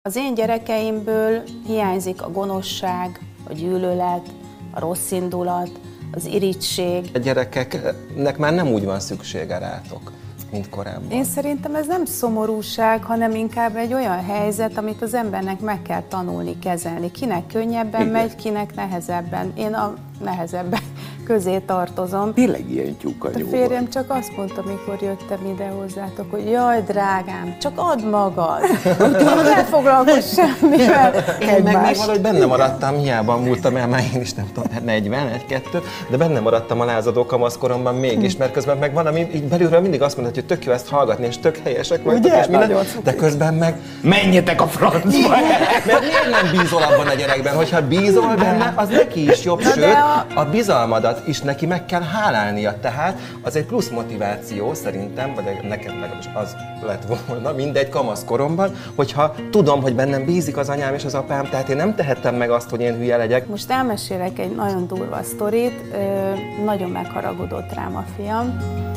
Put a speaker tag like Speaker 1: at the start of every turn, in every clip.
Speaker 1: Az én gyerekeimből hiányzik a gonoszság, a gyűlölet, a rosszindulat, az irigység.
Speaker 2: A gyerekeknek már nem úgy van szüksége rátok, mint korábban.
Speaker 1: Én szerintem ez nem szomorúság, hanem inkább egy olyan helyzet, amit az embernek meg kell tanulni, kezelni. Kinek könnyebben megy, kinek nehezebben. Én a nehezebben közé tartozom.
Speaker 3: Tényleg ilyen tyúkanyó.
Speaker 1: A férjem csak azt mondta, amikor jöttem ide hozzátok, hogy jaj, drágám, csak add magad, ne foglalkozz semmivel.
Speaker 2: Én meg valahogy benne maradtam, hiába múltam el, már én is nem tudom, 40, 1-2, de benne maradtam a lázadó kamaszkoromban mégis, mert közben meg valami így belülről mindig azt mondod, hogy tök jó ezt hallgatni, és tök helyesek vagytok, és minden, de közben meg...
Speaker 3: Menjetek a francba!
Speaker 2: Mert miért nem bízol abban a gyerekben? Hogyha bízol benne, az neki is jobb, sőt, a bizalmadat is neki meg kell hálálnia, tehát az egy plusz motiváció szerintem, vagy nekem legalábbis az lett volna mindegy kamaszkoromban, hogyha tudom, hogy bennem bízik az anyám és az apám, tehát én nem tehettem meg azt, hogy én hülye legyek.
Speaker 1: Most elmesélek egy nagyon durva sztorit, nagyon megharagudott rám a fiam.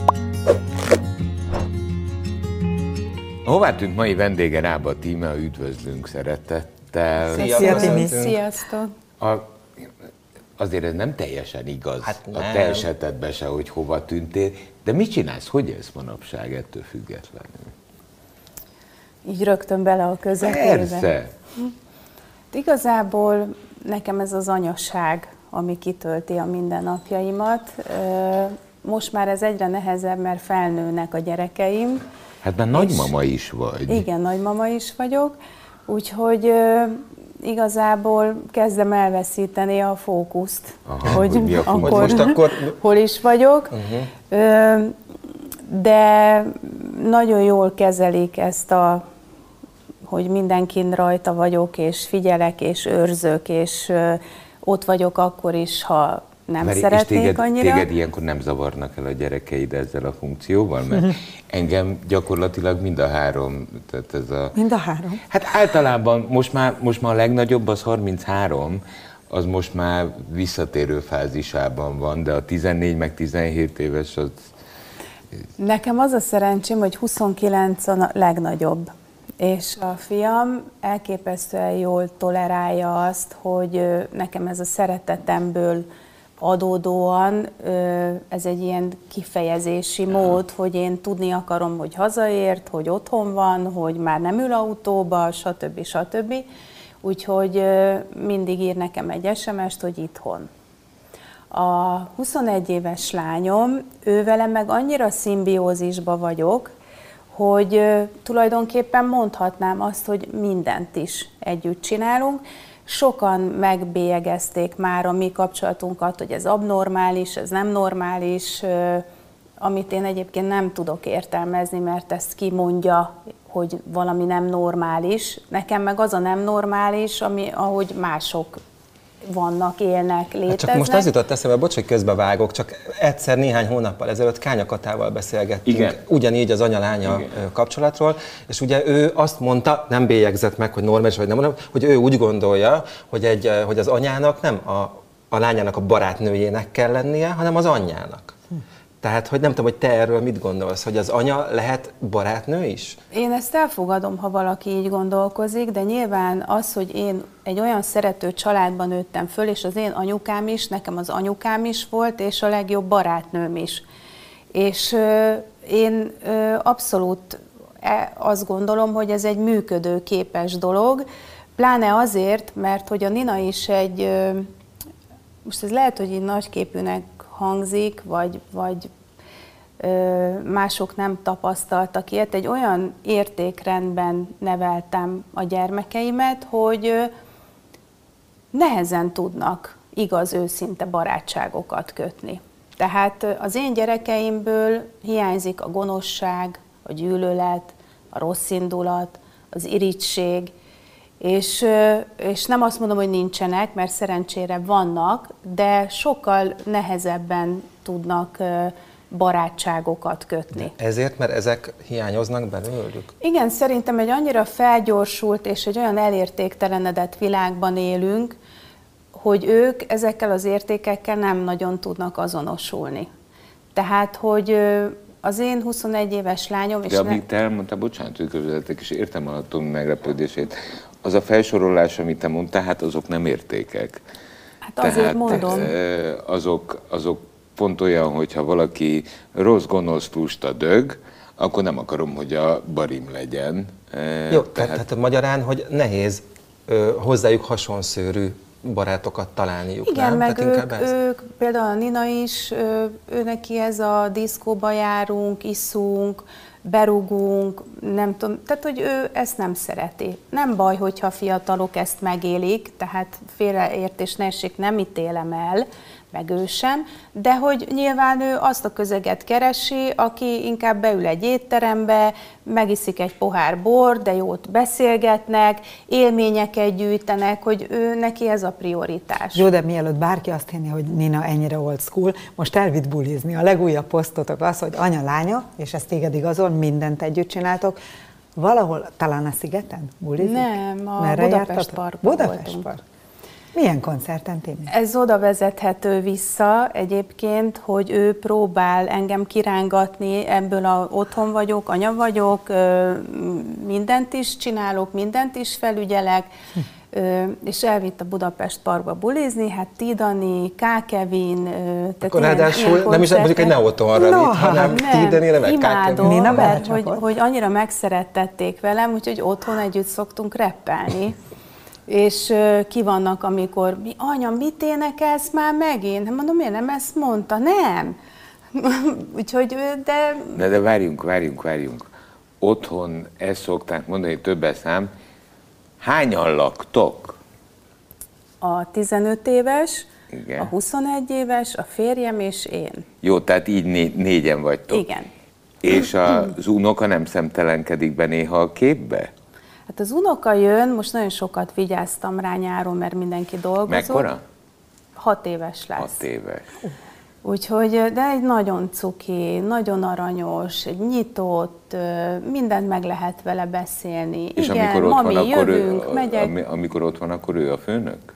Speaker 3: A hová tűnt mai vendége Rába Tímea, üdvözlünk szeretettel.
Speaker 1: Szia, Timi! Sziasztok!
Speaker 3: Azért ez nem teljesen igaz,
Speaker 2: hát nem.
Speaker 3: A te esetedben se, hogy hova tűntél, de mit csinálsz, hogy élsz manapság ettől függetlenül?
Speaker 1: Így rögtön bele a közepébe.
Speaker 3: Persze!
Speaker 1: Igazából nekem ez az anyaság, ami kitölti a mindennapjaimat. Most már ez egyre nehezebb, mert felnőnek a gyerekeim.
Speaker 3: Hát már nagymama is vagy.
Speaker 1: Igen, nagymama is vagyok, úgyhogy igazából kezdem elveszíteni a fókuszt, hogy akkor hol is vagyok, de nagyon jól kezelik ezt hogy mindenkin rajta vagyok, és figyelek, és őrzök, és ott vagyok akkor is, ha nem szeretnék annyira.
Speaker 3: Téged ilyenkor nem zavarnak el a gyerekeid ezzel a funkcióval? Mert engem gyakorlatilag mind a három. Tehát ez
Speaker 4: mind a három?
Speaker 3: Hát általában most már a legnagyobb, az 33, az most már visszatérő fázisában van, de a 14 meg 17 éves az...
Speaker 1: Nekem az a szerencsém, hogy 29 a legnagyobb. És a fiam elképesztően jól tolerálja azt, hogy nekem ez a szeretetemből adódóan ez egy ilyen kifejezési mód, hogy én tudni akarom, hogy hazaért, hogy otthon van, hogy már nem ül autóba, stb. Úgyhogy mindig ír nekem egy SMS-t, hogy itthon. A 21 éves lányom, ővele meg annyira szimbiózisba vagyok, hogy tulajdonképpen mondhatnám azt, hogy mindent is együtt csinálunk. Sokan megbélyegezték már a mi kapcsolatunkat, hogy ez abnormális, ez nem normális, amit én egyébként nem tudok értelmezni, mert ezt kimondja, hogy valami nem normális. Nekem meg az a nem normális, ahogy mások vannak, élnek, léteznek.
Speaker 2: Csak most az jutott eszembe, bocs, hogy közbevágok, csak egyszer néhány hónappal ezelőtt Kánya Katával beszélgettünk, igen, ugyanígy az anya-lánya kapcsolatról, és ugye ő azt mondta, nem bélyegzett meg, hogy normális vagy nem, hogy ő úgy gondolja, hogy az anyának nem a lányának a barátnőjének kell lennie, hanem az anyjának. Tehát, hogy nem tudom, hogy te erről mit gondolsz, hogy az anya lehet barátnő is?
Speaker 1: Én ezt elfogadom, ha valaki így gondolkozik, de nyilván az, hogy én egy olyan szerető családban nőttem föl, és az én anyukám is, nekem az anyukám is volt, és a legjobb barátnőm is. És én abszolút azt gondolom, hogy ez egy működőképes dolog, pláne azért, mert hogy a Nina is most ez lehet, hogy így nagyképűnek hangzik, vagy mások nem tapasztaltak ilyet. Egy olyan értékrendben neveltem a gyermekeimet, hogy nehezen tudnak igaz, őszinte barátságokat kötni. Tehát az én gyerekeimből hiányzik a gonoszság, a gyűlölet, a rosszindulat, az irigység, és nem azt mondom, hogy nincsenek, mert szerencsére vannak, de sokkal nehezebben tudnak barátságokat kötni.
Speaker 2: De ezért, mert ezek hiányoznak belőlük?
Speaker 1: Igen, szerintem egy annyira felgyorsult és egy olyan elértéktelenedett világban élünk, hogy ők ezekkel az értékekkel nem nagyon tudnak azonosulni. Tehát, hogy az én 21 éves lányom...
Speaker 3: De amíg te elmondtál, bocsánat, hogy közvetettek, és értem a Tomi meglepődését, az a felsorolás, amit te mondtál, hát azok nem értékek.
Speaker 1: Hát azért tehát, mondom.
Speaker 3: Azok pont olyan, hogyha valaki rossz, gonosz, lusta, dög, akkor nem akarom, hogy a barim legyen.
Speaker 2: Jó, tehát magyarán, hogy nehéz hozzájuk hasonszőrű barátokat találniuk,
Speaker 1: igen,
Speaker 2: nem?
Speaker 1: meg ők, például a Nina is, ő neki ez a diszkóba járunk, iszunk, berugunk, nem tudom, tehát hogy ő ezt nem szereti. Nem baj, hogyha fiatalok ezt megélik, tehát félreértés ne essék, nem ítélem el, meg ő sem, de hogy nyilván ő azt a közeget keresi, aki inkább beül egy étterembe, megiszik egy pohár bort, de jót beszélgetnek, élményeket gyűjtenek, hogy ő neki ez a prioritás.
Speaker 4: Jó, de mielőtt bárki azt hinni, hogy Nina ennyire old school, most elvitt bulizni. A legújabb posztotok az, hogy anya-lánya, és ezt téged igazol, mindent együtt csináltok, valahol, talán a szigeten bulizik?
Speaker 1: Nem, a Budapest Parkban voltunk.
Speaker 4: Milyen koncerten tényleg?
Speaker 1: Ez oda vezethető vissza egyébként, hogy ő próbál engem kirángatni, ebből otthon vagyok, anya vagyok, mindent is csinálok, mindent is felügyelek, és elvitt a Budapest Parkba bulizni, hát Tidani, K. Kevin,
Speaker 2: akkor ráadásul nem is mondjuk egy neotonra vitt, hanem Tidanire, meg
Speaker 1: imádom, mert hogy annyira megszerettették velem, úgyhogy otthon együtt szoktunk reppelni. És ki vannak, amikor, anya, mit énekelsz már megint? Hát mondom, miért nem ezt mondta? Nem. Úgyhogy,
Speaker 3: de várjunk. Otthon ezt szokták mondani, többes szám. Hányan laktok?
Speaker 1: A 15 éves,
Speaker 3: igen.
Speaker 1: A 21 éves, a férjem és én.
Speaker 3: Jó, tehát így négyen vagytok.
Speaker 1: Igen.
Speaker 3: És az unoka nem szemtelenkedik be néha a képbe?
Speaker 1: Hát az unoka jön, most nagyon sokat vigyáztam rá nyáron, mert mindenki dolgozott.
Speaker 3: Mekkora?
Speaker 1: 6 éves lesz.
Speaker 3: 6 éves.
Speaker 1: Úgyhogy, de egy nagyon cuki, nagyon aranyos, egy nyitott, mindent meg lehet vele beszélni.
Speaker 3: És
Speaker 1: igen,
Speaker 3: amikor ott
Speaker 1: mami,
Speaker 3: van,
Speaker 1: jövünk, megyek.
Speaker 3: Amikor ott van, akkor ő a főnök?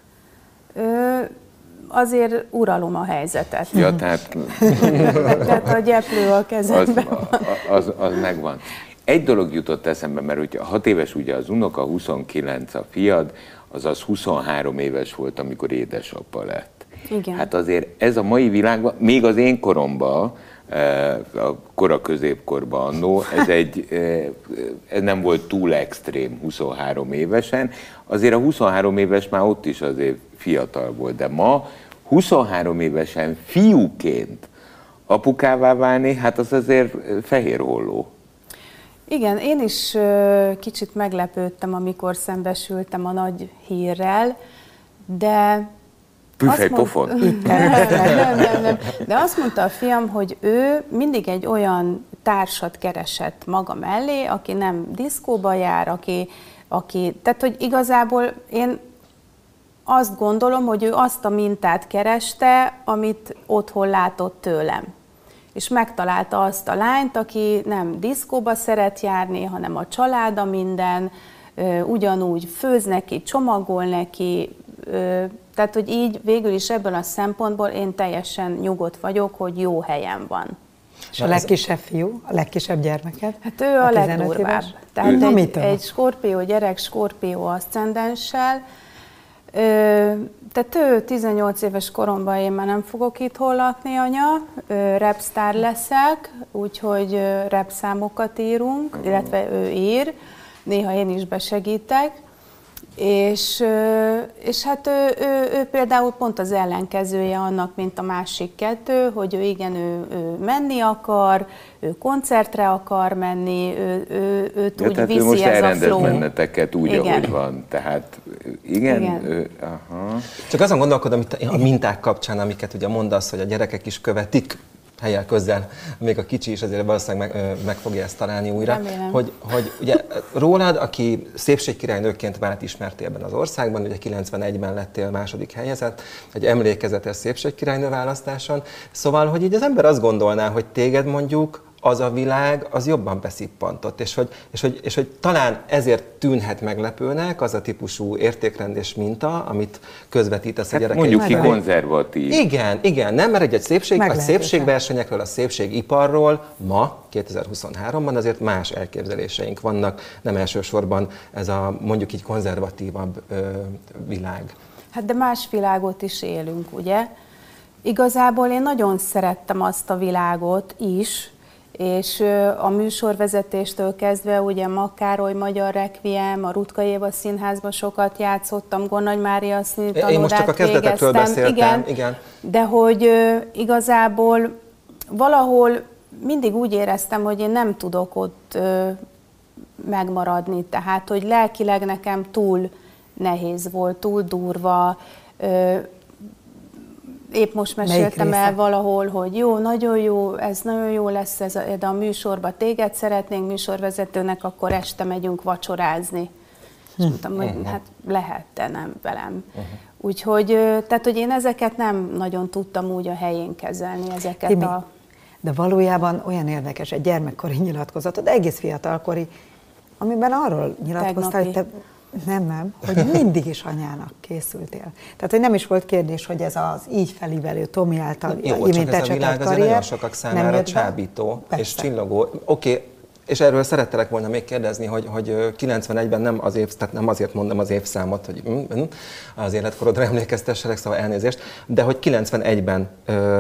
Speaker 1: Azért uralom a helyzetet.
Speaker 3: Ja, tehát
Speaker 1: a gyeplő a kezemben
Speaker 3: az megvan. Egy dolog jutott eszembe, mert hogyha 6 éves ugye az unoka, 29 a fiad, azaz 23 éves volt, amikor édesapa lett.
Speaker 1: Igen.
Speaker 3: Hát azért ez a mai világban, még az én koromban, a kora középkorban annó, ez nem volt túl extrém 23 évesen, azért a 23 éves már ott is azért fiatal volt, de ma 23 évesen fiúként apukává válni, hát az azért fehér holló.
Speaker 1: Igen, én is kicsit meglepődtem, amikor szembesültem a nagy hírrel, de...
Speaker 3: Püfejpofon?
Speaker 1: Nem. De azt mondta a fiam, hogy ő mindig egy olyan társat keresett maga mellé, aki nem diszkóba jár, tehát hogy igazából én azt gondolom, hogy ő azt a mintát kereste, amit otthon látott tőlem. És megtalálta azt a lányt, aki nem diszkóba szeret járni, hanem a családa minden, ugyanúgy főz neki, csomagol neki, tehát hogy így végül is ebből a szempontból én teljesen nyugodt vagyok, hogy jó helyen van.
Speaker 4: És a legkisebb fiú, a legkisebb gyermeked?
Speaker 1: Hát ő a legdurvább. Tehát egy skorpió gyerek, skorpió aszcendenssel. Tehát ő 18 éves koromban én már nem fogok itthon lakni, anya, rapstar leszek, úgyhogy rap számokat írunk, illetve ő ír, néha én is besegítek, és hát ő például pont az ellenkezője annak, mint a másik kettő, hogy ő igen, ő menni akar, ő koncertre akar menni, őt úgy viszi
Speaker 3: most
Speaker 1: ez a flow.
Speaker 3: benneteket úgy, igen. Ahogy van, tehát igen. Aha.
Speaker 2: Csak azon gondolkodom a minták kapcsán, amiket ugye mondasz, hogy a gyerekek is követik, helyel közzel, még a kicsi is azért valószínűleg meg fogja ezt találni újra, hogy ugye rólad, aki szépségkirálynőként vált ismertél ebben az országban, ugye 91-ben lettél második helyezett, egy emlékezetes szépségkirálynő választáson, szóval, hogy így az ember azt gondolná, hogy téged mondjuk az a világ, az jobban beszippantott, és hogy talán ezért tűnhet meglepőnek az a típusú értékrend és minta, amit közvetítesz a gyerekeid.
Speaker 3: Mondjuk ki konzervatív.
Speaker 2: Igen, nem, mert egy szépségversenyekről, a szépségiparról ma, 2023-ban azért más elképzeléseink vannak, nem elsősorban ez a mondjuk így konzervatívabb világ.
Speaker 1: Hát de más világot is élünk, ugye? Igazából én nagyon szerettem azt a világot is, és a műsorvezetéstől kezdve, ugye Makkároly Magyar Requiem, a Rutka Éva Színházban sokat játszottam, Gornagy Mária színitanodát
Speaker 2: Én most csak a kezdetekről beszéltem, igen.
Speaker 1: De hogy igazából valahol mindig úgy éreztem, hogy én nem tudok ott megmaradni, tehát hogy lelkileg nekem túl nehéz volt, túl durva. Épp most meséltem el valahol, hogy jó, nagyon jó, ez nagyon jó lesz ez a műsorban, téged szeretnénk műsorvezetőnek, akkor este megyünk vacsorázni. És mondtam, hogy hát lehet, de nem velem. Úgyhogy, tehát, hogy én ezeket nem nagyon tudtam úgy a helyén kezelni, ezeket
Speaker 4: Timi, de valójában olyan érdekes egy gyermekkori nyilatkozatod, egész fiatalkori, amiben arról nyilatkoztál, hogy te hogy mindig is anyának készültél. Tehát, hogy nem is volt kérdés, hogy ez az így felívelő Tomi által
Speaker 2: imintesetett karrier. Nagyon sokak számára csábító és csillogó. Oké, és erről szerettelek volna még kérdezni, hogy 91-ben nem azért mondom az évszámot, hogy az életkorodra emlékeztesselek, szóval elnézést, de hogy 91-ben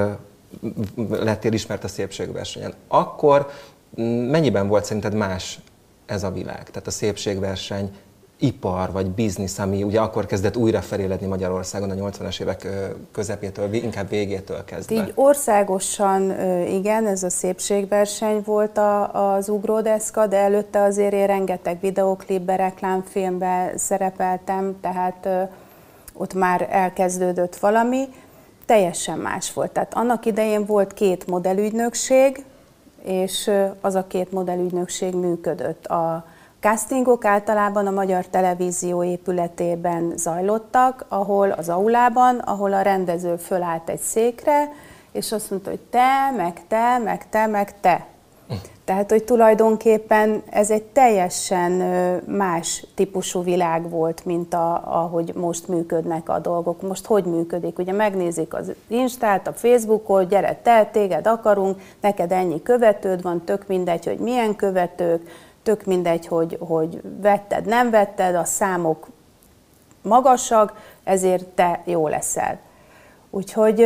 Speaker 2: lettél ismert a szépségversenyen. Akkor mennyiben volt szerinted más ez a világ? Tehát a szépségverseny, ipar vagy biznisz, ami ugye akkor kezdett újra feléledni Magyarországon a 80-as évek közepétől, inkább végétől kezdve.
Speaker 1: Így országosan igen, ez a szépségverseny volt az ugródeszka, de előtte azért én rengeteg videóklipben, reklámfilmben szerepeltem, tehát ott már elkezdődött valami, teljesen más volt. Tehát annak idején volt 2 modellügynökség, és az a 2 modellügynökség működött. A castingok általában a Magyar Televízió épületében zajlottak, ahol az aulában, ahol a rendező fölállt egy székre, és azt mondta, hogy te, meg te, meg te, meg te. Tehát, hogy tulajdonképpen ez egy teljesen más típusú világ volt, mint ahogy most működnek a dolgok. Most hogy működik? Ugye megnézik az Instát, a Facebookot, gyere te, téged akarunk, neked ennyi követőd van, tök mindegy, hogy milyen követők, tök mindegy, hogy vetted, nem vetted, a számok magasak, ezért te jó leszel. Úgyhogy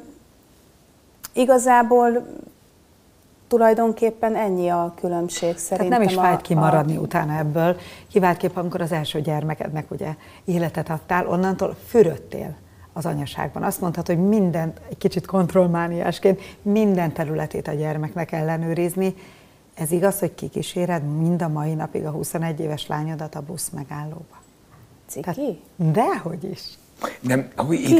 Speaker 1: igazából tulajdonképpen ennyi a különbség szerintem.
Speaker 4: Tehát nem is fájt kimaradni utána ebből, kiváltképp amikor az első gyermekednek ugye életet adtál, onnantól fürödtél az anyaságban. Azt mondtad, hogy mindent, egy kicsit kontrollmániásként, minden területét a gyermeknek ellenőrizni. Ez igaz, hogy kikíséred mind a mai napig a 21 éves lányodat a busz megállóba?
Speaker 1: Ciki?
Speaker 4: Dehogy is.
Speaker 3: Nem, itt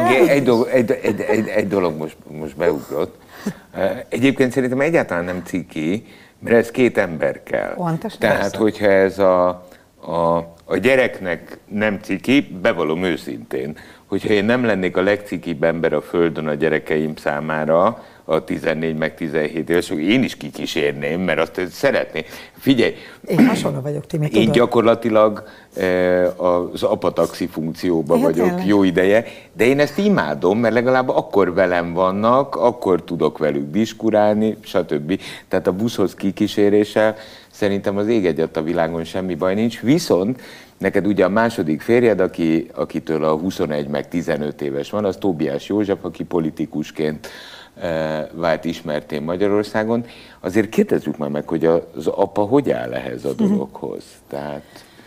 Speaker 3: egy dolog most beugrott. Egyébként szerintem egyáltalán nem ciki, mert ez 2 ember kell.
Speaker 4: Pontosan.
Speaker 3: Tehát, hogyha ez a gyereknek nem ciki, bevallom őszintén, hogyha én nem lennék a legcikibb ember a Földön a gyerekeim számára, a 14 meg 17 éves, én is kikísérném, mert azt szeretném. Figyelj!
Speaker 4: Én hasonló vagyok, Timi,
Speaker 3: én gyakorlatilag az apataxi funkcióban vagyok tényleg jó ideje, de én ezt imádom, mert legalább akkor velem vannak, akkor tudok velük diskurálni, stb. Tehát a buszhoz kikíséréssel szerintem az ég egyet a világon semmi baj nincs, viszont neked ugye a második férjed, akitől a 21 meg 15 éves van, az Tóbiás József, aki politikusként vált ismertén Magyarországon. Azért kérdezzük már meg, hogy az apa hogy áll ehhez a dologhoz? Tehát...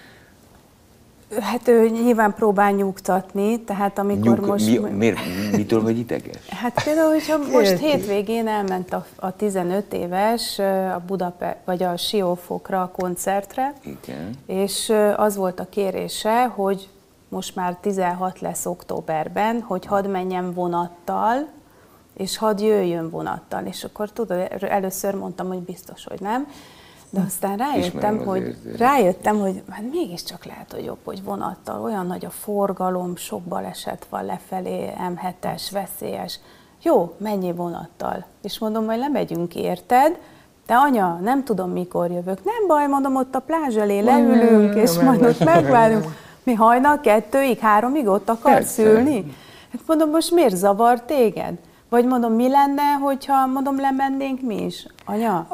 Speaker 1: Hát ő nyilván próbál nyugtatni, tehát amikor most...
Speaker 3: Mitől vagy ideges?
Speaker 1: Hát például, hogyha most hétvégén elment a 15 éves a vagy a Siófokra a koncertre,
Speaker 3: igen,
Speaker 1: és az volt a kérése, hogy most már 16 lesz októberben, hogy hadd menjen vonattal, és hadd jöjjön vonattal. És akkor tudod, először mondtam, hogy biztos, hogy nem, de aztán rájöttem, hogy hát mégiscsak lehet, hogy jobb, hogy vonattal. Olyan nagy a forgalom, sok baleset van lefelé, M7-es, veszélyes. Jó, menjél vonattal. És mondom, majd lemegyünk érted, De anya, nem tudom, mikor jövök. Nem baj, mondom, ott a plázs elé leülünk, és majd ott megvárunk. Mi hajnal 2-ig, 3-ig ott akarsz szülni? Hát mondom, most miért zavar téged? Vagy mondom, mi lenne, hogyha mondom, lemennénk mi is? Anya,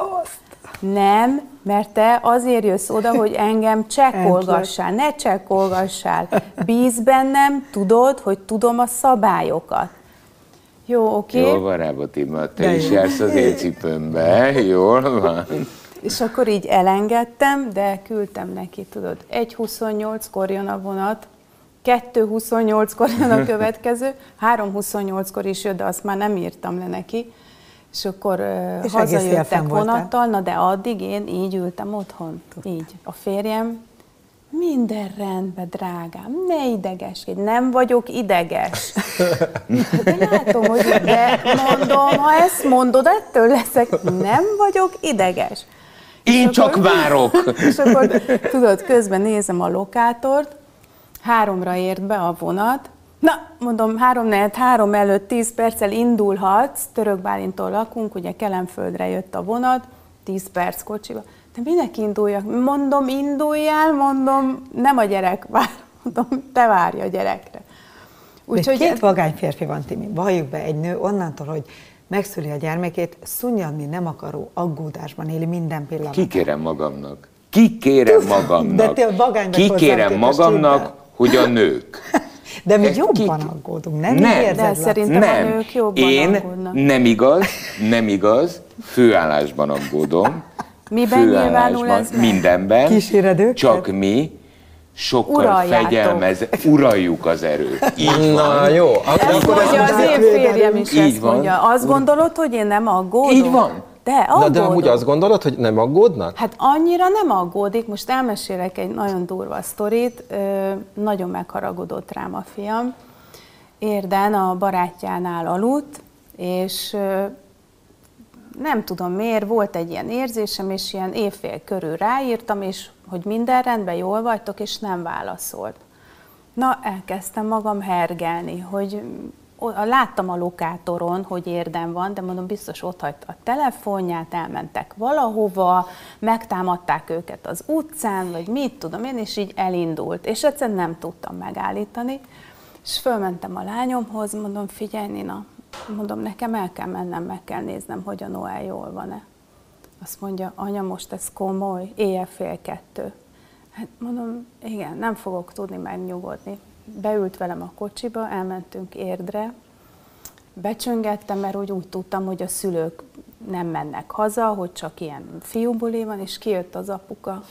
Speaker 1: nem, mert te azért jössz oda, hogy engem csekkolgassál, ne csekkolgassál. Bíz bennem, tudod, hogy tudom a szabályokat. Jó, oké.
Speaker 3: Jól van, Rába, te is jársz az én cipőmbe, jól van.
Speaker 1: És akkor így elengedtem, de küldtem neki, tudod, 1:28-kor jön a vonat, 2:28-kor jön a következő, 3:28-kor is jött, de azt már nem írtam le neki. És akkor hazajöttek vonattal, na de addig én így ültem otthon, így. A férjem, minden rendben, drágám, ne idegeskedj, nem vagyok ideges. De látom, hogy de mondom, ha ezt mondod, ettől leszek, nem vagyok ideges.
Speaker 3: Én csak várok!
Speaker 1: És akkor tudod, közben nézem a lokátort, 3-ra ért be a vonat, na, mondom, 3:43 előtt 10 perccel indulhatsz, Török Bálintól lakunk, ugye Kelenföldre jött a vonat, 10 perc kocsiba. De minek induljak? Mondom, induljál, mondom, nem a gyerek vár, mondom, te várj a gyerekre.
Speaker 4: Úgyhogy 2 vagány férfi van, Timi, valljuk be, egy nő onnantól, hogy megszüli a gyermekét, szunnyadni nem akaró aggódásban éli minden pillanatban.
Speaker 3: Kikérem magamnak. Kikérem magamnak. Kikérem magamnak, hogy a nők.
Speaker 4: De mi jobban aggódunk, nem?
Speaker 1: De szerintem a nők jobban aggódnak.
Speaker 3: Nem igaz, főállásban aggódom.
Speaker 1: Miben nyilvánul ez meg?
Speaker 3: Mindenben.
Speaker 4: Kíséred
Speaker 3: csak mi sokkal uraljuk az erőt. Így van.
Speaker 2: Na jó.
Speaker 1: Ezt mondja az én férjem is, ezt mondja. Azt gondolod, hogy én nem aggódom?
Speaker 3: Így van.
Speaker 1: De aggódom.
Speaker 2: De amúgy azt gondolod, hogy nem aggódnak?
Speaker 1: Hát annyira nem aggódik. Most elmesélek egy nagyon durva sztorit. Nagyon megharagudott rám a fiam. Érden a barátjánál aludt, és nem tudom miért, volt egy ilyen érzésem, és ilyen évfél körül ráírtam, és hogy minden rendben, jól vagytok, és nem válaszolt. Na, elkezdtem magam hergelni, hogy láttam a lokátoron, hogy Érden van, de mondom, biztos ott hagyta a telefonját, elmentek valahova, megtámadták őket az utcán, vagy mit tudom én, és így elindult. És egyszerűen nem tudtam megállítani. És fölmentem a lányomhoz, mondom, figyelj, Nina, mondom, nekem el kell mennem, meg kell néznem, hogy a Noel jól van-e. Azt mondja, anya, most ez komoly, éjjel 1:30. Hát mondom, igen, nem fogok tudni megnyugodni. Beült velem a kocsiba, elmentünk Érdre, becsöngettem, mert úgy tudtam, hogy a szülők nem mennek haza, hogy csak ilyen fiúbuli van, és kijött az apuka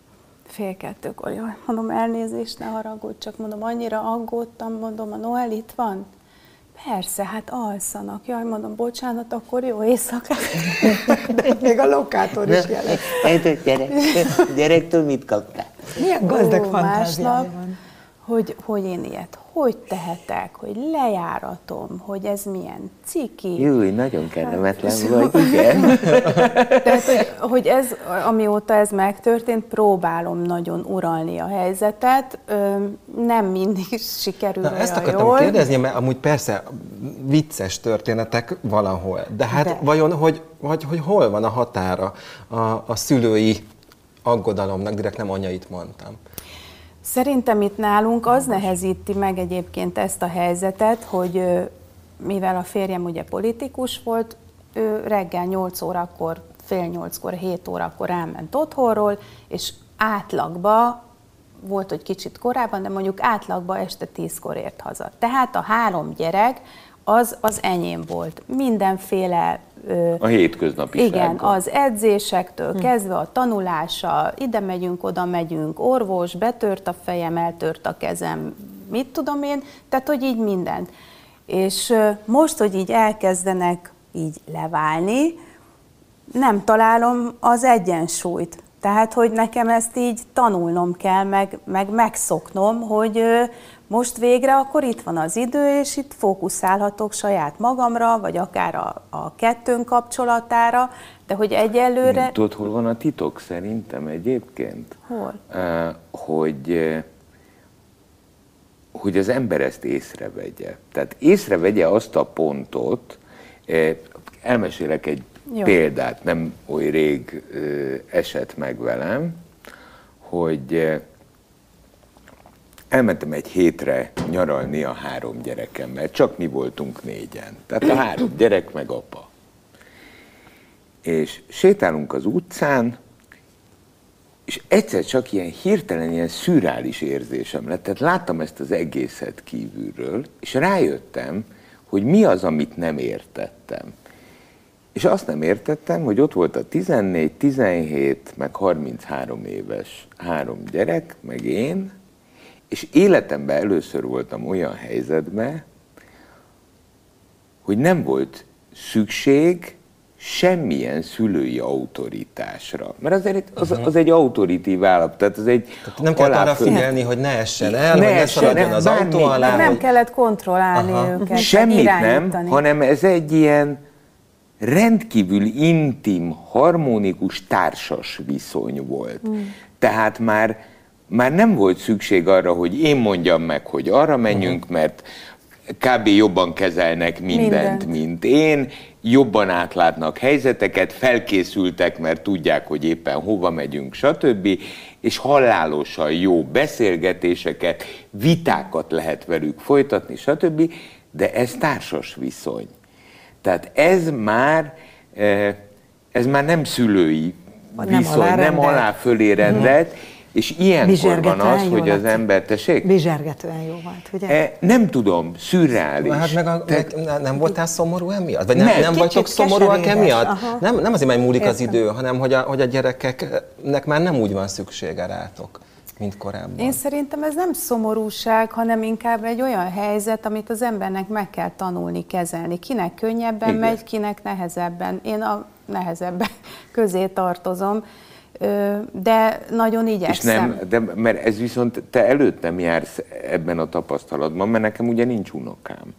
Speaker 1: 1:30-kor. Jaj, mondom, elnézést, ne haragudj, csak mondom, annyira aggódtam, mondom, a Noel itt van? Persze, hát alszanak. Jaj, mondom, bocsánat, akkor jó éjszakát.
Speaker 4: Még a lokátor is jelent.
Speaker 3: Gyerektől mit kaptál?
Speaker 4: Milyen gazdag fantáziája van.
Speaker 1: Hogy én ilyet hogy tehetek, hogy lejáratom, hogy ez milyen ciki.
Speaker 3: Júj, nagyon kellemetlen vagy, igen.
Speaker 1: Tehát, hogy ez, amióta ez megtörtént, próbálom nagyon uralni a helyzetet, nem mindig sikerül olyan
Speaker 2: ezt akartam
Speaker 1: jól.
Speaker 2: kérdezni, mert amúgy persze vicces történetek valahol, de hát vajon, hogy hol van a határa a szülői aggodalomnak, direkt nem anyait mondtam.
Speaker 1: Szerintem itt nálunk az nehezíti meg egyébként ezt a helyzetet, hogy mivel a férjem ugye politikus volt, ő reggel 8 órakor, fél 8-kor, 7 órakor elment otthonról, és átlagban, volt, hogy kicsit korábban, de mondjuk átlagban este 10-kor ért haza. Tehát a 3 gyerek az enyém volt. Mindenféle...
Speaker 3: A hétköznapi
Speaker 1: igen, az edzésektől kezdve a tanulása, ide megyünk, oda megyünk, orvos, betört a fejem, eltört a kezem, mit tudom én, tehát hogy így mindent. És most, hogy így elkezdenek így leválni, nem találom az egyensúlyt. Tehát, hogy nekem ezt így tanulnom kell, meg megszoknom, hogy most végre akkor itt van az idő, és itt fókuszálhatok saját magamra, vagy akár a kettőnk kapcsolatára, de hogy egyelőre...
Speaker 3: Tudod, hol van a titok szerintem egyébként?
Speaker 1: Hol?
Speaker 3: Hogy az ember ezt észrevegye. Tehát észrevegye azt a pontot, elmesélek egy példát, nem oly rég esett meg velem, hogy elmentem egy hétre nyaralni a 3 gyerekemmel, csak mi voltunk 4-en. Tehát a 3 gyerek meg apa. És sétálunk az utcán, és egyszer csak ilyen hirtelen, ilyen szürreális érzésem lett. Tehát láttam ezt az egészet kívülről, és rájöttem, hogy mi az, amit nem értettem. És azt nem értettem, hogy ott volt a 14, 17, meg 33 éves 3 gyerek, meg én, és életemben először voltam olyan helyzetben, hogy nem volt szükség semmilyen szülői autoritásra. Mert azért az egy autoritív állapot, tehát az egy...
Speaker 2: Tehát nem kell arra figyelni, hogy ne essen el, hogy ne szaladjon az autó alá.
Speaker 1: Nem kellett kontrollálni őket,
Speaker 3: semmit nem, hanem ez egy ilyen rendkívül intim, harmonikus társas viszony volt. Tehát már nem volt szükség arra, hogy én mondjam meg, hogy arra menjünk, mert kb. Jobban kezelnek mindent, mint én, jobban átlátnak helyzeteket, felkészültek, mert tudják, hogy éppen hova megyünk, stb. És halálosan jó beszélgetéseket, vitákat lehet velük folytatni, stb. De ez társas viszony. Tehát ez már nem szülői viszony, nem alá fölé rendelt, és ilyenkor van az, hogy az ember... Tessék?
Speaker 4: Bizsergetően jó volt, ugye?
Speaker 3: Nem tudom, szürreális.
Speaker 2: Hát nem voltál szomorú emiatt? Vagy nem vagytok szomorúak emiatt? Nem azért, mert múlik az idő, hanem hogy a gyerekeknek már nem úgy van szüksége rátok, mint korábban.
Speaker 1: Én szerintem ez nem szomorúság, hanem inkább egy olyan helyzet, amit az embernek meg kell tanulni, kezelni. Kinek könnyebben megy, kinek nehezebben. Én a nehezebben közé tartozom. De nagyon igyekszem.
Speaker 3: És nem, mert ez viszont te előttem jársz ebben a tapasztalatban, mert nekem ugye nincs unokám.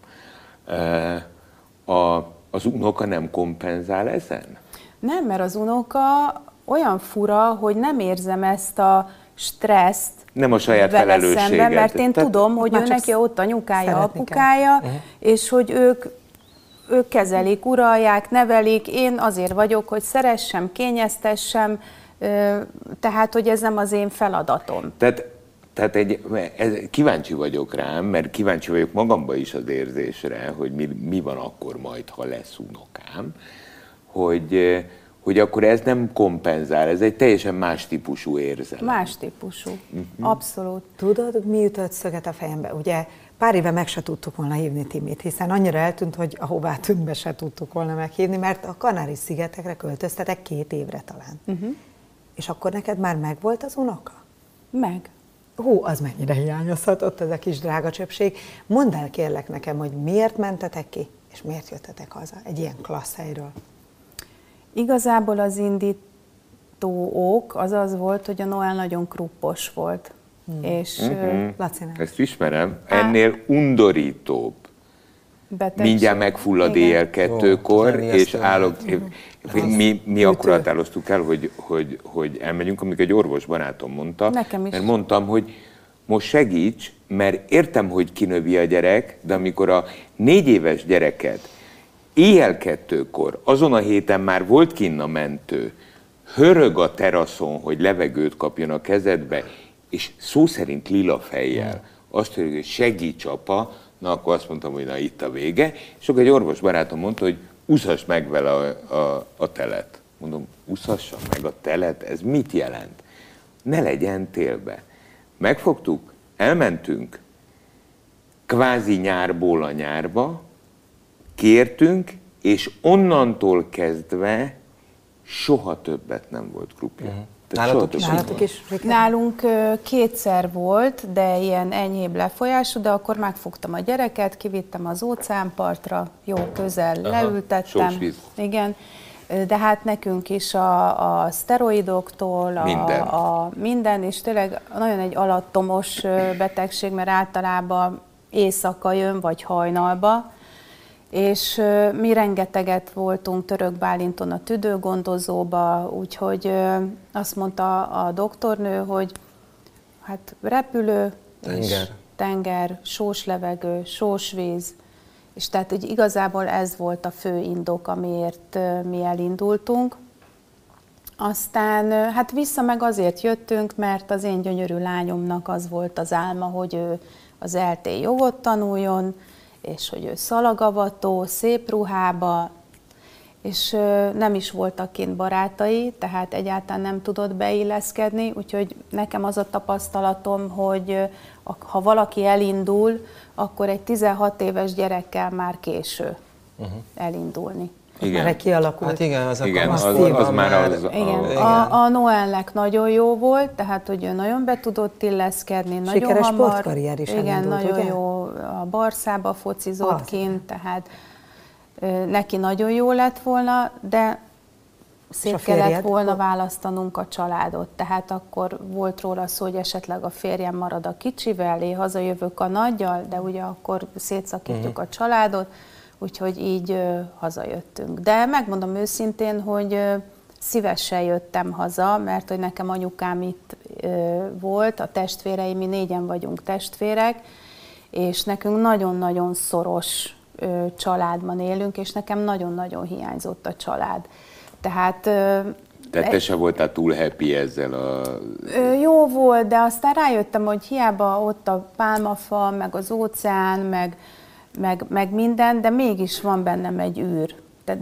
Speaker 3: Az unoka nem kompenzál ezen?
Speaker 1: Nem, mert az unoka olyan fura, hogy nem érzem ezt a stresszt,
Speaker 3: nem a saját felelősséget.
Speaker 1: Mert én tudom, hogy ő neki ott anyukája, apukája, és hogy ők kezelik, uralják, nevelik. Én azért vagyok, hogy szeressem, kényeztessem, tehát, hogy ez nem az én feladatom.
Speaker 3: Tehát kíváncsi vagyok rám, mert kíváncsi vagyok magamba is az érzésre, hogy mi van akkor majd, ha lesz unokám, hogy akkor ez nem kompenzál, ez egy teljesen más típusú érzelem.
Speaker 1: Más típusú, abszolút.
Speaker 4: Tudod, mi ütött szöget a fejembe? Ugye pár éve meg se tudtuk volna hívni Timit, hiszen annyira eltűnt, hogy ahová tűnt be se tudtuk volna meghívni, mert a Kanári-szigetekre költöztetek 2 évre talán. És akkor neked már megvolt az unoka?
Speaker 1: Meg.
Speaker 4: Hú, az mennyire hiányozhatott ez a kis drága csöpség. Mondd el kérlek nekem, hogy miért mentetek ki, és miért jöttetek haza egy ilyen klassz helyről?
Speaker 1: Igazából az indító ok az volt, hogy a Noel nagyon kruppos volt. És
Speaker 3: ezt ismerem, ennél undorítóbb. Mindjárt megfullad éjjel 2-kor, és állok. Mi akkor határoztuk el, hogy elmegyünk, amikor egy orvos barátom mondta, mert mondtam, hogy most segíts, mert értem, hogy kinövi a gyerek, de amikor a 4 éves gyereket éjjel 2-kor, azon a héten már volt kinn a mentő, hörög a teraszon, hogy levegőt kapjon a kezedbe, és szó szerint lila fejjel azt mondja, hogy segíts apa, na akkor azt mondtam, hogy na itt a vége, és akkor egy orvos barátom mondta, hogy úszass meg vele a telet. Mondom, úszassam meg a telet? Ez mit jelent? Ne legyen télbe. Megfogtuk, elmentünk, kvázi nyárból a nyárba, kértünk, és onnantól kezdve soha többet nem volt krupja.
Speaker 2: Nálatok
Speaker 1: is? Nálunk 2-szer volt, de ilyen enyhébb lefolyású, de akkor megfogtam a gyereket, kivittem az óceánpartra, jó közel leültettem. Igen, de hát nekünk is a szteroidoktól, minden, és tényleg nagyon egy alattomos betegség, mert általában éjszaka jön, vagy hajnalba, és mi rengeteget voltunk Török Bálinton a tüdőgondozóba, úgyhogy azt mondta a doktornő, hogy hát repülő, tenger, sós levegő, sós víz, És tehát hogy igazából ez volt a fő indok, amiért mi elindultunk. Aztán hát vissza meg azért jöttünk, mert az én gyönyörű lányomnak az volt az álma, hogy ő az LT jogot tanuljon, és hogy ő szalagavató, szép ruhába, és nem is voltak kint barátai, tehát egyáltalán nem tudott beilleszkedni, úgyhogy nekem az a tapasztalatom, hogy ha valaki elindul, akkor egy 16 éves gyerekkel már késő elindulni.
Speaker 4: Igen. Már kialakult.
Speaker 2: Hát igen, az
Speaker 3: már az.
Speaker 1: Igen. A Noelnek nagyon jó volt, tehát hogy ő nagyon be tudott illeszkedni, nagyon
Speaker 4: sikeres
Speaker 1: hamar.
Speaker 4: sportkarrier is
Speaker 1: igen,
Speaker 4: elindult,
Speaker 1: nagyon
Speaker 4: ugye?
Speaker 1: jó, a Barszába focizott kint, tehát neki nagyon jó lett volna, de szét kellett volna választanunk a családot. Tehát akkor volt róla szó, hogy esetleg a férjem marad a kicsivel, én hazajövök a nagyjal, de ugye akkor szétszakítjuk a családot, úgyhogy így hazajöttünk. De megmondom őszintén, hogy szívesen jöttem haza, mert hogy nekem anyukám itt volt, a testvéreim, mi 4-en vagyunk testvérek, és nekünk nagyon-nagyon szoros családban élünk, és nekem nagyon-nagyon hiányzott a család. Tehát
Speaker 3: te se voltál túl happy ezzel a...
Speaker 1: Jó volt, de aztán rájöttem, hogy hiába ott a pálmafa, meg az óceán, meg minden, de mégis van bennem egy űr. Tehát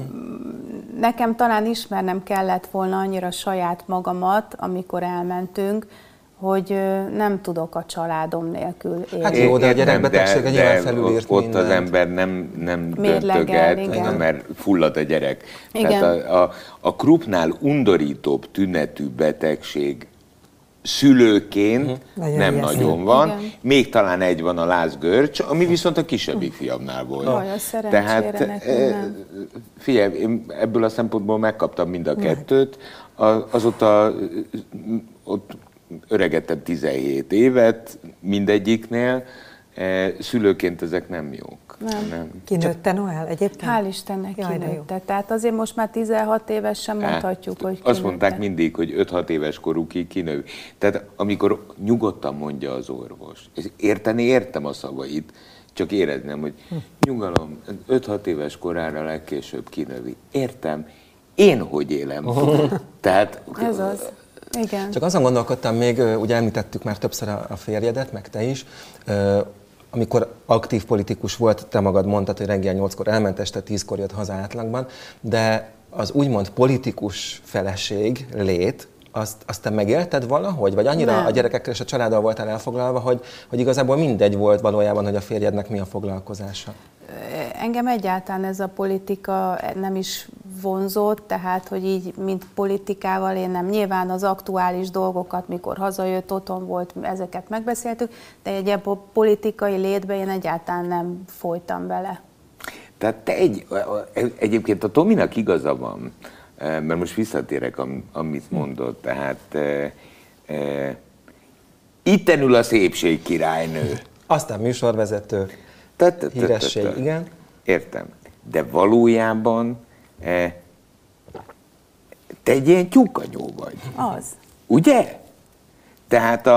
Speaker 1: nekem talán ismernem kellett volna annyira saját magamat, amikor elmentünk, hogy nem tudok a családom nélkül élni.
Speaker 2: Hát jó, de a gyerekbetegség nyilván felülírt
Speaker 3: ott
Speaker 2: mindent.
Speaker 3: az ember nem döntöget, mert fullad a gyerek.
Speaker 1: Igen.
Speaker 3: Tehát a Krupnál undorítóbb tünetű betegség szülőként nem nagyon van. Igen. Még talán egy van, a lázgörcs, ami viszont a kisebbik fiamnál volt.
Speaker 1: Olyan szerencsére nem.
Speaker 3: Figyelj, én ebből a szempontból megkaptam mind a kettőt. Azóta ott öregedtem 17 évet mindegyiknél. Szülőként ezek nem jók.
Speaker 1: Nem.
Speaker 4: Kinőtte Noel egyébként?
Speaker 1: Hál' Istennek kinőtte. Tehát azért most már 16 évesen mondhatjuk, hogy kinőtte.
Speaker 3: Azt mondták mindig, hogy 5-6 éves korúkig kinő. Tehát amikor nyugodtan mondja az orvos, és értem a szavait, csak éreznem, hogy nyugalom, 5-6 éves korára legkésőbb kinövi. Értem, én hogy élem. Tehát...
Speaker 1: Ez az. Igen.
Speaker 2: Csak azon gondolkodtam még, ugye említettük már többször a férjedet, meg te is, amikor aktív politikus volt, te magad mondtad, hogy reggel 8-kor elment, este 10-kor jött haza átlagban, de az úgymond politikus feleség, lét, azt te megélted valahogy? Vagy annyira a gyerekekkel és a családdal voltál elfoglalva, hogy igazából mindegy volt valójában, hogy a férjednek mi a foglalkozása?
Speaker 1: Engem egyáltalán ez a politika nem is vonzott, tehát, hogy így, mint politikával én nem. Nyilván az aktuális dolgokat, mikor hazajött, otthon volt, ezeket megbeszéltük, de egy politikai létbe én egyáltalán nem folytam bele.
Speaker 3: Tehát egyébként a Tominak igaza van, mert most visszatérek, amit mondott, tehát itten ül a szépség királynő.
Speaker 2: Aztán műsorvezető, híresség, igen.
Speaker 3: Értem. De valójában te egy ilyen tyúkanyó vagy.
Speaker 1: Az.
Speaker 3: Ugye? Tehát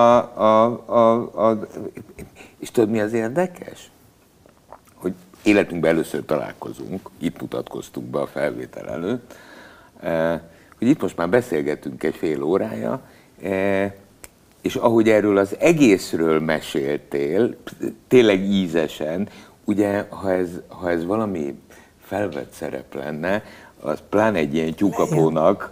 Speaker 3: és tudod, mi az érdekes? Hogy életünkben először találkozunk, itt mutatkoztunk be a felvétel előtt, hogy itt most már beszélgetünk egy fél órája, és ahogy erről az egészről meséltél, tényleg ízesen, ugye, ha ez valami felvett szerep lenne, az pláne egy ilyen tyúkapónak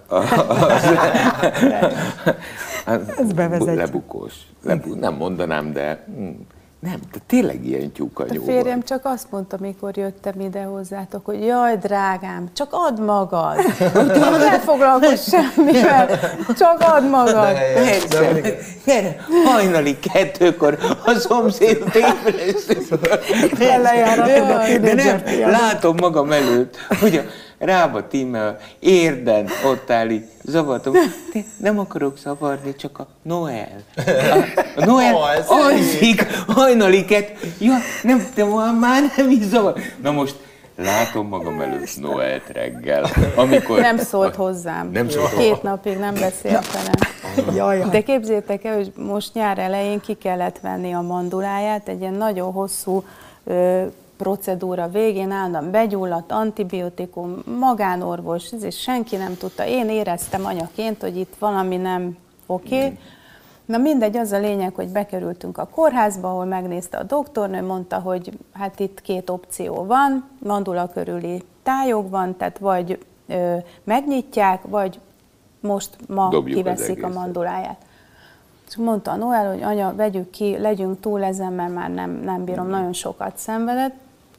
Speaker 3: lebukós. Nem mondanám, de nem, de tényleg ilyen tyúkanyó.
Speaker 1: A férjem csak azt mondta, mikor jöttem ide hozzátok, hogy jaj, drágám, csak add magad, hogy ne foglalkozz semmivel, csak add magad.
Speaker 3: Gyere, hajnali 2-kor a szomszédot ébresztünk. De nem, látom magam előtt, hogy a Rába tímmel, érden ott áll így, zavartom. Nem akarok zavarni, csak a Noel. A Noel alszik hajnali 2. Ja, nem, de már nem is zavar. Na most látom magam előtt Noelt reggel. Amikor
Speaker 1: nem szólt hozzám. Nem szólt 2 napig nem beszélt velem. De képzeljétek el, hogy most nyár elején ki kellett venni a manduláját, egy ilyen nagyon hosszú procedúra végén állandóan begyulladt, antibiotikum, magánorvos, és senki nem tudta. Én éreztem anyaként, hogy itt valami nem oké. Na mindegy, az a lényeg, hogy bekerültünk a kórházba, ahol megnézte a doktornő, mondta, hogy hát itt 2 opció van, mandula körüli tájog van, tehát vagy megnyitják, vagy most ma
Speaker 3: dobjuk
Speaker 1: kiveszik a manduláját. És mondta a Noel, hogy anya, vegyük ki, legyünk túl ezen, mert már nem bírom, nagyon sokat szenvedett.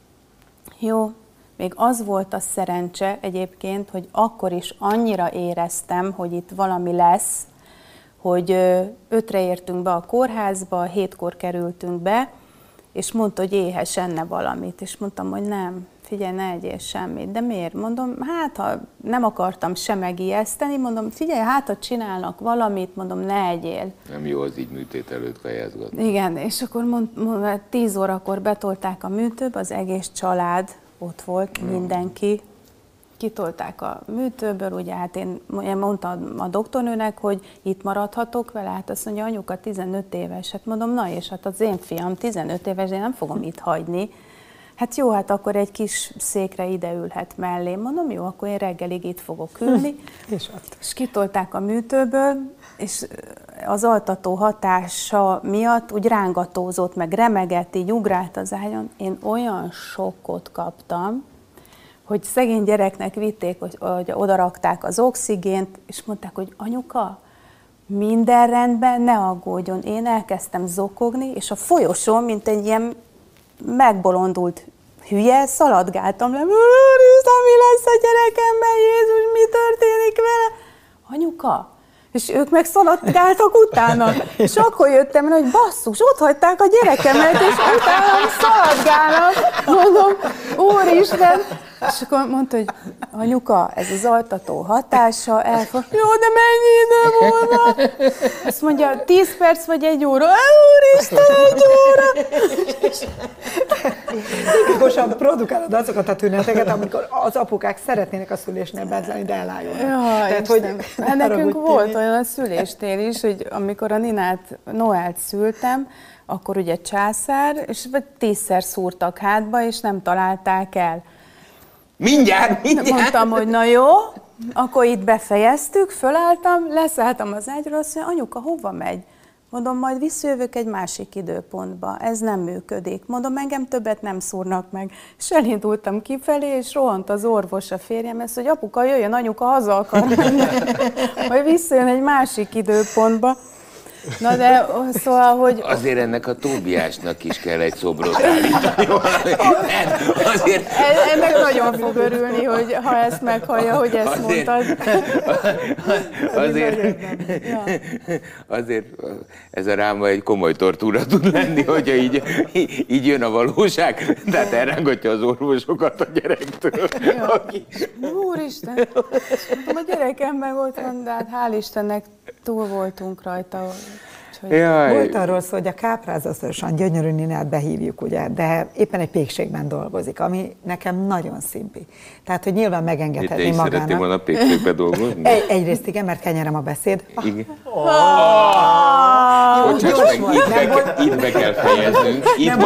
Speaker 1: Jó, még az volt a szerencse egyébként, hogy akkor is annyira éreztem, hogy itt valami lesz, hogy 5-re értünk be a kórházba, 7-kor kerültünk be, és mondta, hogy éhes enne valamit, és mondtam, hogy nem, figyelj, ne egyél semmit. De miért? Mondom, hát ha nem akartam se megijeszteni, mondom, figyelj, hát ha csinálnak valamit, mondom, ne egyél.
Speaker 3: Nem jó az így műtét előtt kajázgatni.
Speaker 1: Igen, és akkor 10 órakor betolták a műtőbe, az egész család ott volt, mindenki. Kitolták a műtőből, ugye hát én mondtam a doktornőnek, hogy itt maradhatok vele, hát azt mondja, anyuka 15 éves, hát mondom, na és hát az én fiam 15 éves, én nem fogom itt hagyni. Hát jó, hát akkor egy kis székre ide ülhet mellé. Mondom, jó, akkor én reggelig itt fogok ülni. És kitolták a műtőből, és az altató hatása miatt úgy rángatózott, meg remegett, így ugrált az ágyon. Én olyan sokkot kaptam, hogy szegény gyereknek vitték, hogy odarakták az oxigént, és mondták, hogy anyuka, minden rendben, ne aggódjon. Én elkezdtem zokogni, és a folyosón, mint egy ilyen megbolondult hülye, szaladgáltam le. Úristen, mi lesz a gyerekemben, Jézus, mi történik vele? Anyuka! És ők meg szaladgáltak utána. És akkor jöttem rá, hogy basszus, ott hagyták a gyerekemet, és utána szaladgálnak. Mondom, Úristen! És akkor mondta, hogy anyuka, ez az altató hatása, elfog. Jó, de mennyi idő volna? Azt mondja, 10 perc vagy 1 óra. Úristen, 1 óra!
Speaker 4: Tipikusan produkálod azokat a tüneteket, amikor az apukák szeretnének a szülésnél benzeni, de elájulnak.
Speaker 1: Tehát, hogy nekünk volt olyan a szüléstél is, hogy amikor a Ninát, Noelt szültem, akkor ugye császár, és 10-szer szúrtak hátba, és nem találták el.
Speaker 3: Mindjárt!
Speaker 1: Mondtam, hogy na jó, akkor itt befejeztük, fölálltam, leszálltam az ágyról, azt mondja, anyuka, hova megy? Mondom, majd visszajövök egy másik időpontba, ez nem működik. Mondom, engem többet nem szúrnak meg. És elindultam kifelé, és rohant az orvos a férjemhez, hogy apuka, jöjjön, anyuka haza akar menni. Majd visszajön egy másik időpontba. Na de szóval, hogy...
Speaker 3: Azért ennek a Tóbiásnak is kell egy szobrot állítani. Azért...
Speaker 1: Ennek nagyon fog örülni, hogy ha ezt meghallja, hogy ezt mondtad.
Speaker 3: Azért ez a ráma egy komoly tortúra tud lenni, hogyha így jön a valóság, tehát elrángatja az orvosokat a gyerektől.
Speaker 1: Úristen, a gyerekem meg ott van, de hát hál' Istennek túl voltunk rajta.
Speaker 4: Volt arról szó, hogy a káprázatosan gyönyörű Ninát behívjuk, ugye, de éppen egy pékségben dolgozik, ami nekem nagyon szimpi. Tehát, hogy nyilván megengedhetni magának.
Speaker 3: Te is szeretnél volna pékségben dolgozni?
Speaker 4: Egyrészt igen, mert kenyerem a beszéd.
Speaker 3: Igen. Itt be kell fejeznünk,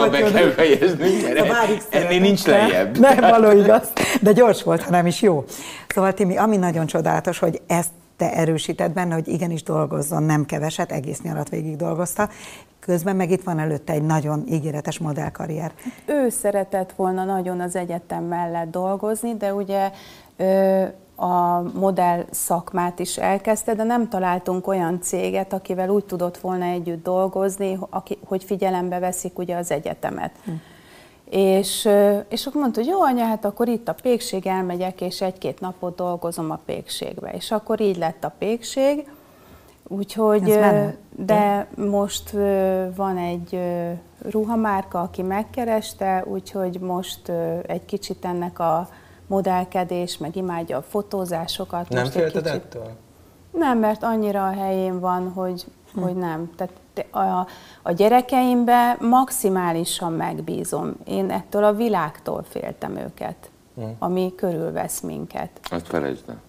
Speaker 3: mert ennél nincs lejjebb.
Speaker 4: Nem való igaz, de gyors volt, ha nem is jó. Szóval Timi, ami nagyon csodálatos, hogy ezt te erősített benne, hogy igenis dolgozzon, nem keveset, egész nyarat végig dolgozta. Közben meg itt van előtte egy nagyon ígéretes modellkarrier.
Speaker 1: Ő szeretett volna nagyon az egyetem mellett dolgozni, de ugye a modell szakmát is elkezdte, de nem találtunk olyan céget, akivel úgy tudott volna együtt dolgozni, hogy figyelembe veszik ugye az egyetemet. És akkor mondta, hogy jó anya, hát akkor itt a pékség, elmegyek, és 1-2 napot dolgozom a pékségbe. És akkor így lett a pékség, úgyhogy, de most van egy ruhamárka, aki megkereste, úgyhogy most egy kicsit ennek a modellkedés, meg imádja a fotózásokat.
Speaker 2: Nem
Speaker 1: most
Speaker 2: félted ettől?
Speaker 1: Nem, mert annyira a helyén van, hogy nem. Tehát a gyerekeimbe maximálisan megbízom. Én ettől a világtól féltem őket, ami körülvesz minket.
Speaker 3: Azt felejtsd el.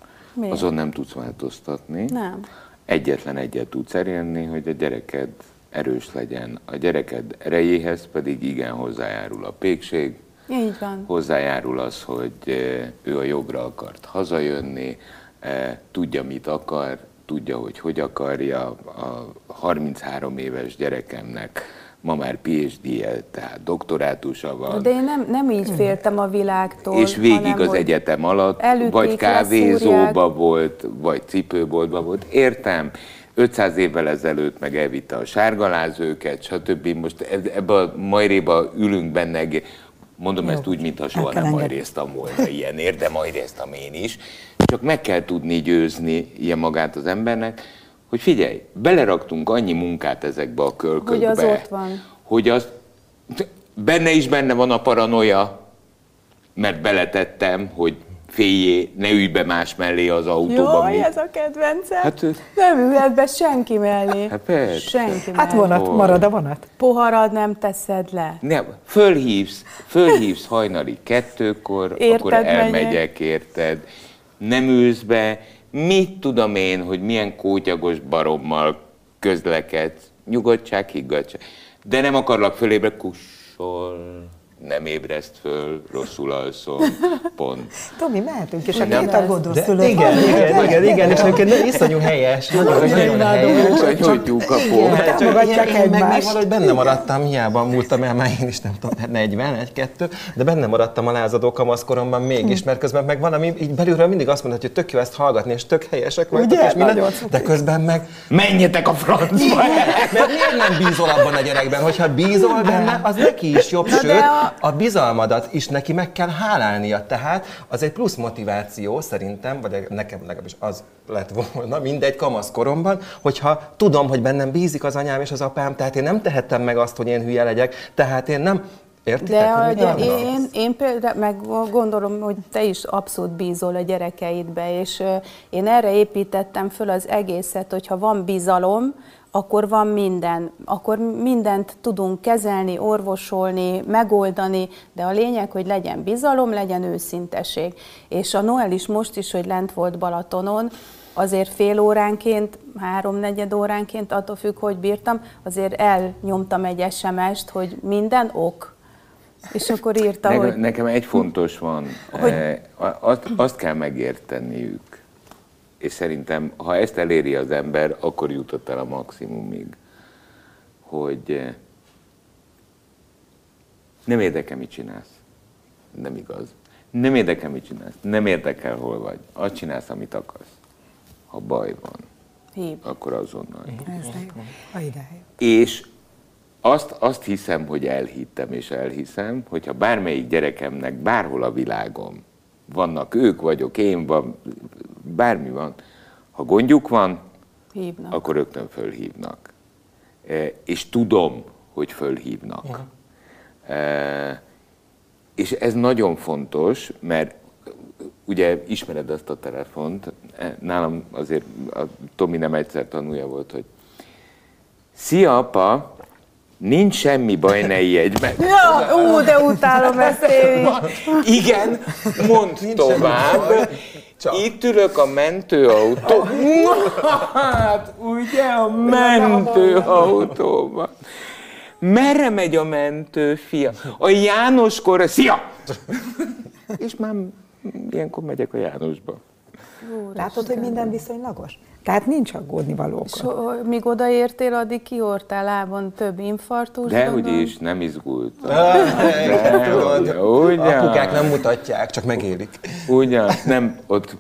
Speaker 1: Miért?
Speaker 3: Azon nem tudsz változtatni.
Speaker 1: Nem.
Speaker 3: Egyetlen egyet tudsz elérni, hogy a gyereked erős legyen. A gyereked erejéhez pedig igen hozzájárul a pékség,
Speaker 1: így van.
Speaker 3: Hozzájárul az, hogy ő a jobbra akart hazajönni, tudja, mit akar, tudja, hogy akarja. A 33 éves gyerekemnek ma már PhD-je, tehát doktorátusa van.
Speaker 1: De én nem így féltem a világtól.
Speaker 3: És végig az egyetem alatt vagy kávézóba volt, vagy cipőboltba volt. Értem, 500 évvel ezelőtt meg elvitte a sárgaláz őket, stb. Most ebbe a majréba ülünk benne, mondom ezt úgy, mintha soha nem majréztam volna ilyenért, de majréztam én is. Csak meg kell tudni győzni ilyen magát az embernek, hogy figyelj, beleraktunk annyi munkát ezekbe a kölkökbe,
Speaker 1: hogy az ott van.
Speaker 3: Hogy az benne van a paranoia, mert beletettem, hogy féljé, ne ülj be más mellé az autóban.
Speaker 1: Jaj, ez a kedvencem. Hát, nem ülhet be senki mellé.
Speaker 3: Hát persze.
Speaker 1: Senki mellé.
Speaker 4: Hát vonat, marad a vonat.
Speaker 1: Poharad nem teszed le.
Speaker 3: Nem, fölhívsz hajnali 2-kor, akkor elmegyek, érted. Nem ülsz be, mit tudom én, hogy milyen kótyagos barommal közlekedsz. Nyugodtság, higgadtság. De nem akarlak fölébre, kussol. Nem ébreszt föl, rosszul alszom, pont.
Speaker 4: Tomi, mehetünk, és a két aggódó szülő.
Speaker 2: Igen, és egyébként iszonyú helyes. Nagyon helyes.
Speaker 3: Hogy tyúkapó.
Speaker 2: Én meg még valahogy benne maradtam, hiába múltam el, már én is nem tudom, 40, 1-2, de benne maradtam a lázadó kamaszkoromban mégis, mert közben meg valami így belülről mindig azt mondhatja, hogy tök jó ezt hallgatni, és tök helyesek vagytok, és minden, de közben meg...
Speaker 3: Menjetek a francba!
Speaker 2: Mert miért nem bízol abban a gyerekben, hogyha bízol benne, az neki is jobb, sőt, a bizalmadat is neki meg kell hálálnia, tehát az egy plusz motiváció szerintem, vagy nekem legalábbis az lett volna mindegy kamaszkoromban, hogyha tudom, hogy bennem bízik az anyám és az apám, tehát én nem tehettem meg azt, hogy én hülye legyek, tehát én nem... Értitek?
Speaker 1: De én például meg gondolom, hogy te is abszolút bízol a gyerekeidbe, és én erre építettem föl az egészet, hogyha van bizalom, akkor van minden. Akkor mindent tudunk kezelni, orvosolni, megoldani, de a lényeg, hogy legyen bizalom, legyen őszinteség. És a Noel is most is, hogy lent volt Balatonon, azért fél óránként, 3-4 óránként, attól függ, hogy bírtam, azért elnyomtam egy SMS-t, hogy minden ok. És akkor írta, hogy...
Speaker 3: Nekem egy fontos van, azt kell megérteniük. És szerintem, ha ezt eléri az ember, akkor jutott el a maximumig, hogy nem érdekel, mit csinálsz. Nem igaz. Nem érdekel, mit csinálsz. Nem érdekel, hol vagy. Azt csinálsz, amit akarsz. Ha baj van, akkor azonnal.
Speaker 4: Ez a ideje.
Speaker 3: És azt hiszem, hogy elhittem és elhiszem, hogyha bármelyik gyerekemnek bárhol a világon vannak, ők vagyok, én van, bármi van, ha gondjuk van,
Speaker 1: hívnak.
Speaker 3: Akkor rögtön fölhívnak. És tudom, hogy fölhívnak. És ez nagyon fontos, mert ugye ismered azt a telefont, nálam azért a Tomi nem egyszer tanulja volt, hogy szia apa, nincs semmi baj, ne ijedj meg.
Speaker 1: Ja, de utálom ezt én.
Speaker 3: Igen, mondd tovább. Itt ülök a mentőautó. Hát, ugye a mentőautóban. Merre megy a mentő, fia? A Jánoskor, szia! És már ilyenkor megyek a Jánosba.
Speaker 4: Látod, hogy minden viszonylagos? Tehát nincs aggódni valókor.
Speaker 1: Míg odaértél, addig kihordtál lábon több infarktus.
Speaker 3: Dehogy is, nem izgult.
Speaker 2: Apukák nem mutatják, csak megélik.
Speaker 3: Ugyan, nem, ott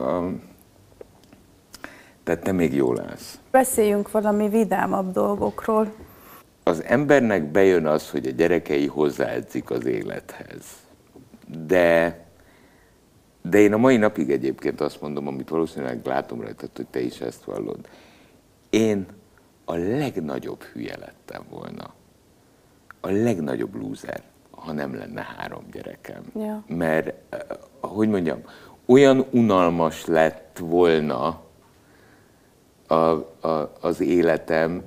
Speaker 3: tehát te még jól állsz.
Speaker 1: Beszéljünk valami vidámabb dolgokról.
Speaker 3: Az embernek bejön az, hogy a gyerekei hozzáedzik az élethez. De én a mai napig egyébként azt mondom, amit valószínűleg látom rajtad, hogy te is ezt vallod. Én a legnagyobb hülye lettem volna. A legnagyobb lúzer, ha nem lenne 3 gyerekem.
Speaker 1: Ja.
Speaker 3: Mert, hogy mondjam, olyan unalmas lett volna az életem,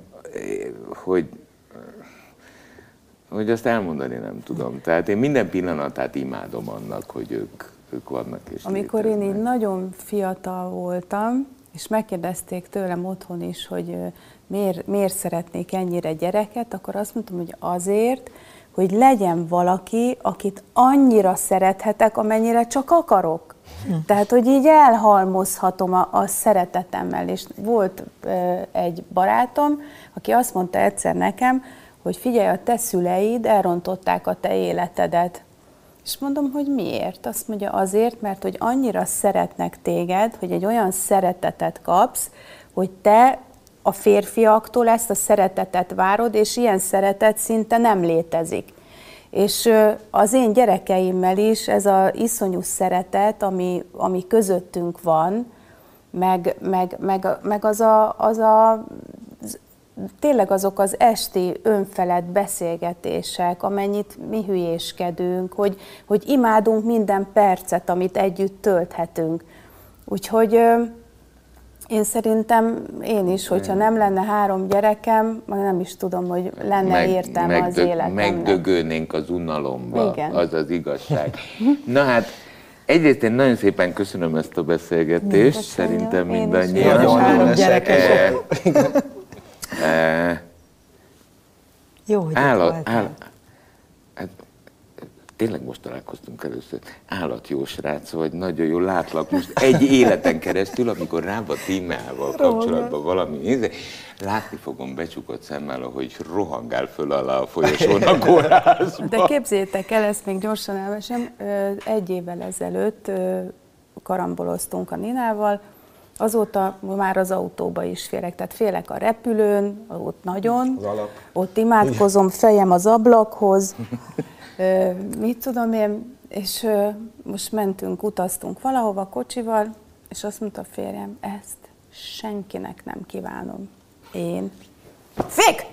Speaker 3: hogy azt elmondani nem tudom. Tehát én minden pillanatát imádom annak, hogy ők vannak és
Speaker 1: amikor én így nagyon fiatal voltam, és megkérdezték tőlem otthon is, hogy miért szeretnék ennyire gyereket, akkor azt mondtam, hogy azért, hogy legyen valaki, akit annyira szerethetek, amennyire csak akarok. Tehát, hogy így elhalmozhatom a szeretetemmel. És volt egy barátom, aki azt mondta egyszer nekem, hogy figyelj, a te szüleid elrontották a te életedet. És mondom, hogy miért? Azt mondja, azért, mert hogy annyira szeretnek téged, hogy egy olyan szeretetet kapsz, hogy te a férfiaktól ezt a szeretetet várod, és ilyen szeretet szinte nem létezik. És az én gyerekeimmel is ez az iszonyú szeretet, ami közöttünk van, meg tényleg azok az esti önfelett beszélgetések, amennyit mi hülyéskedünk, hogy imádunk minden percet, amit együtt tölthetünk. Úgyhogy én szerintem én is, hogyha nem lenne 3 gyerekem, nem is tudom, hogy lenne értelme az életemnek.
Speaker 3: Megdögölnénk az unalomba,
Speaker 1: igen.
Speaker 3: Az az igazság. Na hát, egyrészt én nagyon szépen köszönöm ezt a beszélgetést, szerintem mindannyian.
Speaker 2: Nagyon
Speaker 4: 3 gyerekes. Jó, hogy
Speaker 3: hát, tényleg most találkoztunk először. Állat jó srác vagy, nagyon jól látlak most egy életen keresztül, amikor rám a témával kapcsolatban valami, látni fogom becsukott szemmel, ahogy rohangál föl alá a folyosón a kórházba.
Speaker 1: De képzeljétek el, ezt még gyorsan elmesem, 1 évvel ezelőtt karamboloztunk a Ninával, azóta már az autóba is félek, tehát félek a repülőn, ott nagyon, ott imádkozom, fejem az ablakhoz, mit tudom én, és most utaztunk valahova kocsival, és azt mondta a férjem, ezt senkinek nem kívánom. Én. Fék!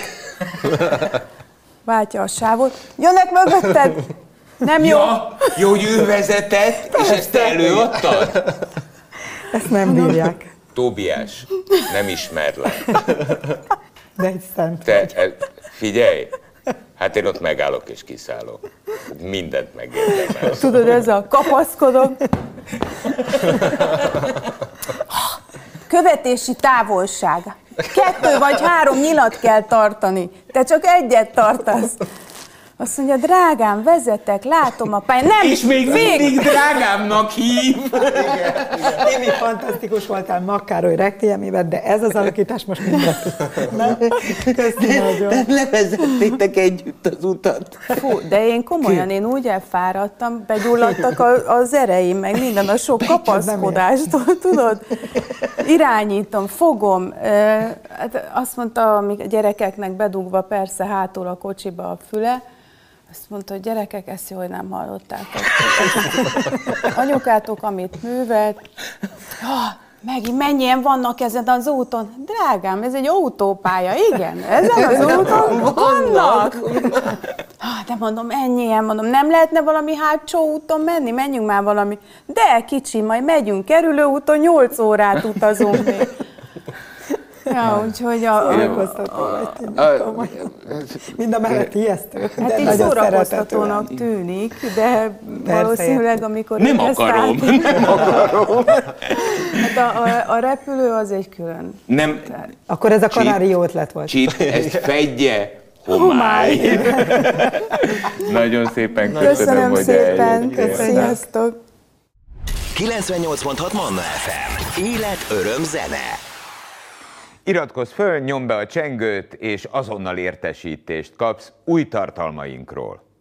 Speaker 1: Váltja a sávot, jönnek mögötted! Nem jó!
Speaker 3: Ja, jó, hogy ő vezetett, és ezt előadtad?
Speaker 4: Ezt nem bírják.
Speaker 3: Tóbiás, nem ismerlek.
Speaker 4: De egy szent
Speaker 3: Te,
Speaker 4: vagy.
Speaker 3: figyelj, hát én ott megállok és kiszállok. Mindent megérdemel.
Speaker 1: Tudod, ez a kapaszkodok. Követési távolság. 2 vagy 3 nyilat kell tartani. Te csak 1 tartasz. Azt mondja, drágám, vezetek, látom a pályán. Nem,
Speaker 3: és még mindig drágámnak hív.
Speaker 4: Mindig fantasztikus voltál Makkároly requiemével, de ez az alakítás most minden. Köszönöm nagyon.
Speaker 3: Levezettétek együtt az utat.
Speaker 1: Fú, de én komolyan, én úgy elfáradtam, begyulladtak az ereim, meg minden a sok kapaszkodástól, tudod? Irányítom, fogom. Hát azt mondta, amíg a gyerekeknek bedugva persze hátul a kocsiba a füle, azt mondta, hogy gyerekek, ezt jó, hogy nem hallották. Anyukátok, amit művelt, megint mennyien vannak ezen az úton? Drágám, ez egy autópálya, igen, ezen az úton vannak. De mondom, ennyien, nem lehetne valami hátsó úton menni? Menjünk már valami. De kicsi, majd megyünk kerülőúton, 8 órát utazunk még. Ja, úgyhogy
Speaker 4: mind a mellett ijesztő.
Speaker 1: Hát így szórakoztatónak tűnik, de valószínűleg amikor...
Speaker 3: Nem akarom.
Speaker 1: Hát a repülő az egy külön.
Speaker 3: Nem.
Speaker 4: Akkor ez a kanári jó ötlet volt.
Speaker 3: Csip, ezt fedje, homály. Nagyon szépen köszönöm, hogy
Speaker 1: eljöttél. Sziasztok.
Speaker 5: 98.6 Manna FM. Élet, öröm, zene.
Speaker 3: Iratkozz föl, nyomd be a csengőt, és azonnal értesítést kapsz új tartalmainkról.